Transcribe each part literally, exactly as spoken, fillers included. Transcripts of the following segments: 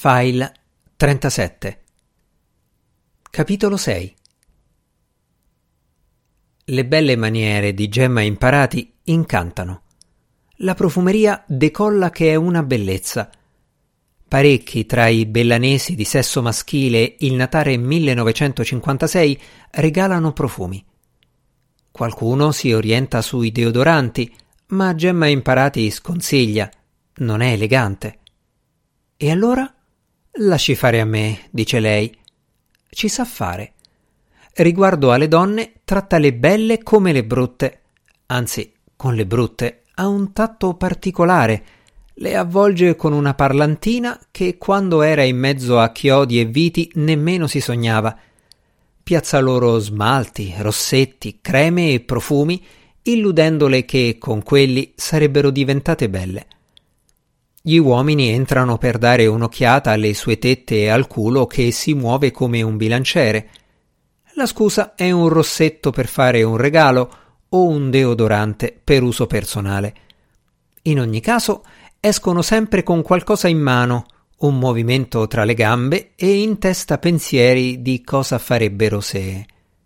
File trentasette. Capitolo sei. Le belle maniere di Gemma Imparati incantano. La profumeria decolla che è una bellezza. Parecchi tra i bellanesi di sesso maschile il Natale millenovecentocinquantasei regalano profumi. Qualcuno si orienta sui deodoranti, ma Gemma Imparati sconsiglia. Non è elegante. E allora? Lasci fare a me, dice lei. Ci sa fare. Riguardo alle donne, tratta le belle come le brutte. Anzi, con le brutte ha un tatto particolare. Le avvolge con una parlantina che quando era in mezzo a chiodi e viti nemmeno si sognava. Piazza loro smalti, rossetti, creme e profumi, illudendole che con quelli sarebbero diventate belle. Gli uomini entrano per dare un'occhiata alle sue tette e al culo che si muove come un bilanciere. La scusa è un rossetto per fare un regalo o un deodorante per uso personale. In ogni caso escono sempre con qualcosa in mano, un movimento tra le gambe e in testa pensieri di cosa farebbero se...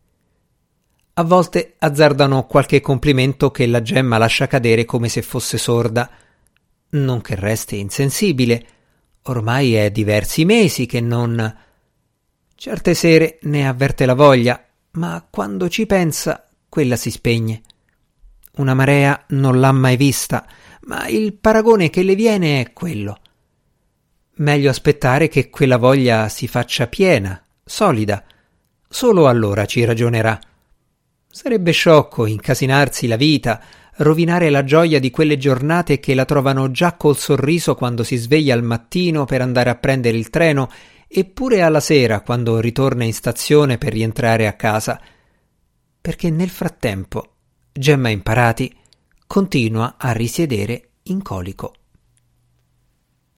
A volte azzardano qualche complimento che la Gemma lascia cadere come se fosse sorda. Non che resti insensibile, ormai è diversi mesi che non... Certe sere ne avverte la voglia, ma quando ci pensa, quella si spegne. Una marea non l'ha mai vista, ma il paragone che le viene è quello. Meglio aspettare che quella voglia si faccia piena, solida. Solo allora ci ragionerà. Sarebbe sciocco incasinarsi la vita, rovinare la gioia di quelle giornate che la trovano già col sorriso quando si sveglia al mattino per andare a prendere il treno, eppure alla sera quando ritorna in stazione per rientrare a casa, perché nel frattempo Gemma Imparati continua a risiedere in colico.